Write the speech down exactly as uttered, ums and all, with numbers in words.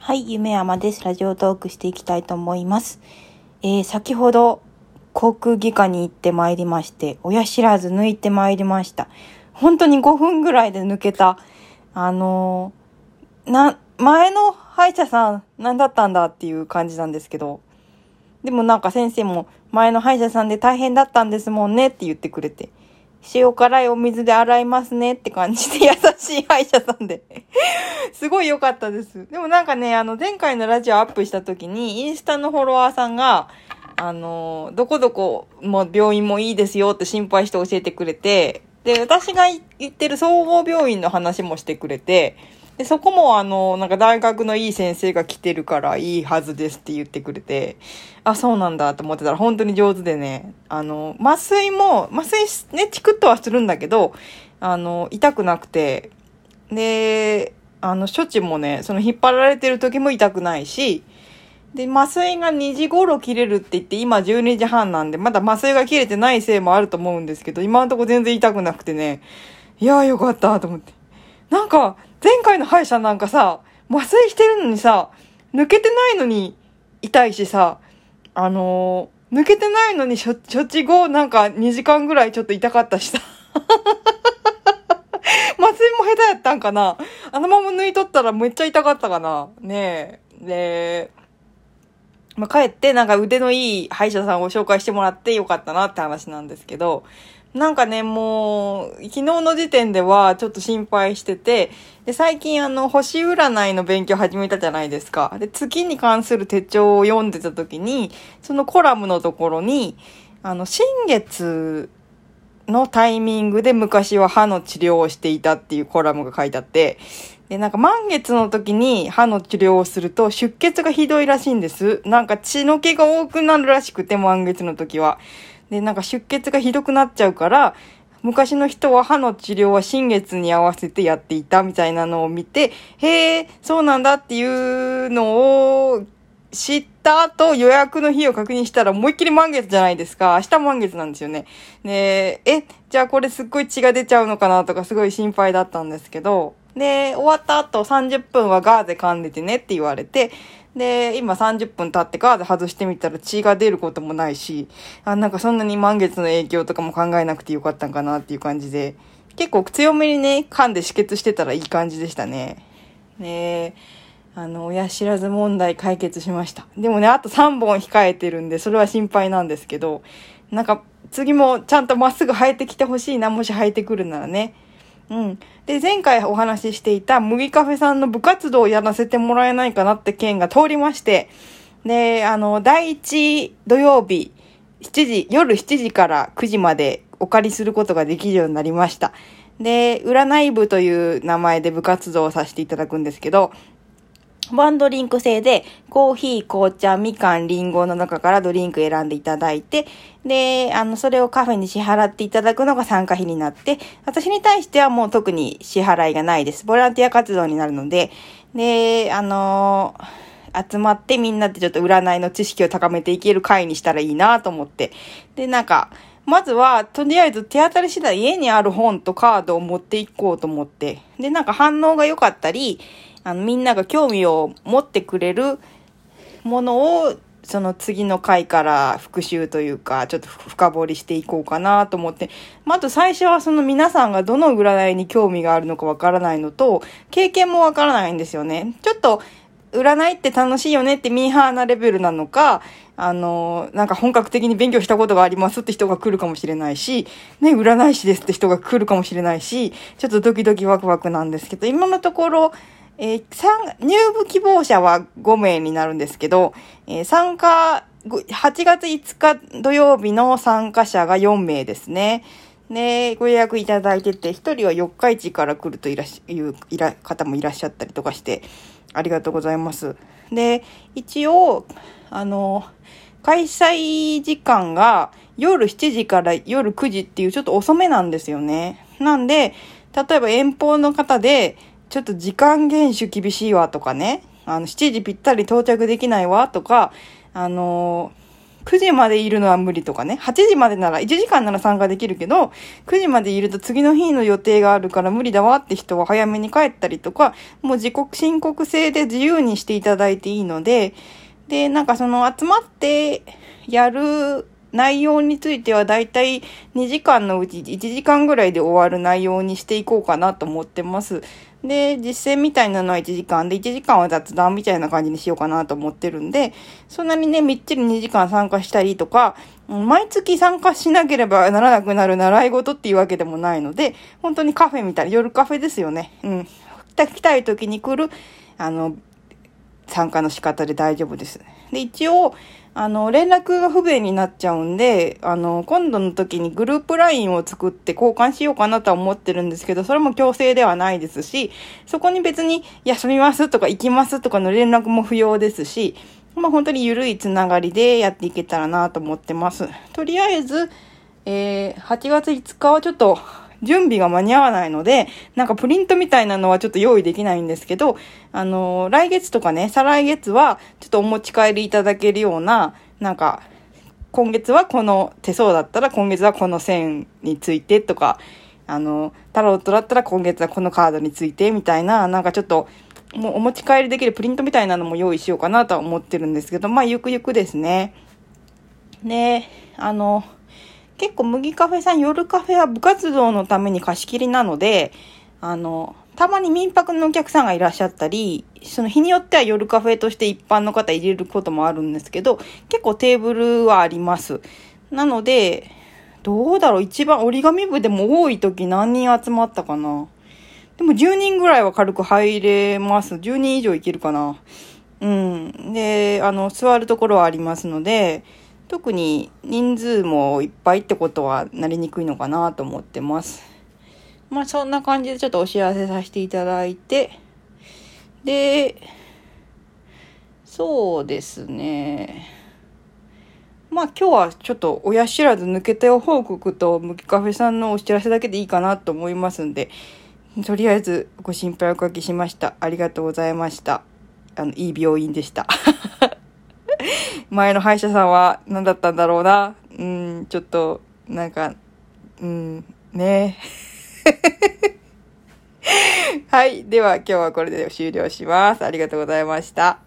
はい、夢山です。ラジオトークしていきたいと思います。えー、先ほど口腔外科に行ってまいりまして、親知らず抜いてまいりました。本当にごふんぐらいで抜けた。あのー、な、前の歯医者さん何だったんだっていう感じなんですけど、でもなんか先生も前の歯医者さんで大変だったんですもんねって言ってくれて、塩辛いお水で洗いますねって感じで優しい歯医者さんで。すごい良かったです。でもなんかね、あの前回のラジオアップした時にインスタのフォロワーさんが、あの、どこどこも病院もいいですよって心配して教えてくれて、で、私が行ってる総合病院の話もしてくれて、で、そこもあの、なんか大学のいい先生が来てるからいいはずですって言ってくれて、あ、そうなんだと思ってたら本当に上手でね、あの、麻酔も、麻酔ね、チクッとはするんだけど、あの、痛くなくて、で、あの、処置もね、その引っ張られてる時も痛くないし、で、麻酔がにじ頃切れるって言って、今じゅうにじはんなんで、まだ麻酔が切れてないせいもあると思うんですけど、今のところ全然痛くなくてね、いやーよかったと思って。なんか、前回の歯医者なんかさ、麻酔してるのにさ、抜けてないのに痛いしさ、あのー、抜けてないのに処置後なんかにじかんぐらいちょっと痛かったしさ。麻酔も下手やったんかな、あのまま抜いとったらめっちゃ痛かったかなねえ。で、まあ、帰ってなんか腕のいい歯医者さんを紹介してもらってよかったなって話なんですけど、なんかね、もう、昨日の時点ではちょっと心配してて、で、最近あの、星占いの勉強始めたじゃないですか。で、月に関する手帳を読んでた時に、そのコラムのところに、あの、新月のタイミングで昔は歯の治療をしていたっていうコラムが書いてあって、で、なんか満月の時に歯の治療をすると出血がひどいらしいんです。なんか血の気が多くなるらしくて、満月の時は。で、なんか出血がひどくなっちゃうから、昔の人は歯の治療は新月に合わせてやっていたみたいなのを見て、へえ、そうなんだっていうのを知った後、予約の日を確認したら思いっきり満月じゃないですか。明日満月なんですよね。ねえ、じゃあこれすっごい血が出ちゃうのかなとかすごい心配だったんですけど、で、終わった後さんじゅっぷんはガーゼ噛んでてねって言われて、で、今さんじゅっぷん経ってガーゼ外してみたら血が出ることもないし、あ、なんかそんなに満月の影響とかも考えなくてよかったんかなっていう感じで、結構強めにね、噛んで止血してたらいい感じでしたね。ねえ、あの、親知らず問題解決しました。でもね、あとさんぼん控えてるんで、それは心配なんですけど、なんか次もちゃんとまっすぐ生えてきてほしいな、もし生えてくるならね。うん。で、前回お話ししていた麦カフェさんの部活動をやらせてもらえないかなって件が通りまして、で、あの、だいいち土曜日、しちじ、夜しちじからくじまでお借りすることができるようになりました。で、占い部という名前で部活動をさせていただくんですけど、ワンドリンク制で、コーヒー、紅茶、みかん、リンゴの中からドリンク選んでいただいて、で、あの、それをカフェに支払っていただくのが参加費になって、私に対してはもう特に支払いがないです。ボランティア活動になるので、で、あのー、集まってみんなでちょっと占いの知識を高めていける会にしたらいいなと思って。で、なんか、まずは、とりあえず手当たり次第家にある本とカードを持っていこうと思って。で、なんか反応が良かったり、あの、みんなが興味を持ってくれるものを、その次の回から復習というか、ちょっと深掘りしていこうかなと思って、まず最初はその皆さんがどの占いに興味があるのかわからないのと、経験もわからないんですよね。ちょっと、占いって楽しいよねってミーハーなレベルなのか、あの、なんか本格的に勉強したことがありますって人が来るかもしれないし、ね、占い師ですって人が来るかもしれないし、ちょっとドキドキワクワクなんですけど、今のところ、えー、入部希望者はごめいになるんですけど、えー、参加、はちがついつか土曜日の参加者がよんめいですね。で、ご予約いただいてて、ひとりは四日市から来るといらっしゃ、いういら方もいらっしゃったりとかして、ありがとうございます。で、一応、あの、開催時間が夜しちじから夜くじっていうちょっと遅めなんですよね。なんで、例えば遠方の方で、ちょっと時間厳守厳しいわとかね、あの、しちじぴったり到着できないわとか、あの、 くじまでいるのは無理とかね。はちじまでなら、いちじかんなら参加できるけど、くじまでいると次の日の予定があるから無理だわって人は早めに帰ったりとか、もう自己申告制で自由にしていただいていいので、で、なんかその集まってやる内容についてはだいたいにじかんのうちいちじかんぐらいで終わる内容にしていこうかなと思ってます。で、実践みたいなのはいちじかんで、いちじかんは雑談みたいな感じにしようかなと思ってるんで、そんなにね、みっちりにじかん参加したりとか、毎月参加しなければならなくなる習い事っていうわけでもないので、本当にカフェみたいな、夜カフェですよね。うん。来たい時に来る、あの、参加の仕方で大丈夫です。で、一応、あの、連絡が不便になっちゃうんで、あの、今度の時にグループラインを作って交換しようかなとは思ってるんですけど、それも強制ではないですし、そこに別に休みますとか行きますとかの連絡も不要ですし、まあ本当に緩いつながりでやっていけたらなと思ってます。とりあえず、えー、はちがついつかはちょっと、準備が間に合わないので、なんかプリントみたいなのはちょっと用意できないんですけど、あのー、来月とかね、再来月はちょっとお持ち帰りいただけるような、なんか、今月はこの手相だったら今月はこの線についてとか、あの、タロットだったら今月はこのカードについてみたいな、なんかちょっと、もうお持ち帰りできるプリントみたいなのも用意しようかなとは思ってるんですけど、まあ、ゆくゆくですね。で、あの、結構麦カフェさん、夜カフェは部活動のために貸し切りなので、あの、たまに民泊のお客さんがいらっしゃったり、その日によっては夜カフェとして一般の方入れることもあるんですけど、結構テーブルはあります。なので、どうだろう、一番折り紙部でも多い時何人集まったかな。でもじゅうにんぐらいは軽く入れます。じゅうにん以上いけるかな。うん。で、あの、座るところはありますので、特に人数もいっぱいってことはなりにくいのかなと思ってます。まあそんな感じでちょっとお知らせさせていただいて、で、そうですね。まあ今日はちょっと親知らず抜けたよ報告とムキカフェさんのお知らせだけでいいかなと思いますんで、とりあえずご心配おかけしました。ありがとうございました。あの、いい病院でした。前の歯医者さんは何だったんだろうな。うん、ちょっと、なんか、うん、ね。はい。では今日はこれで終了します。ありがとうございました。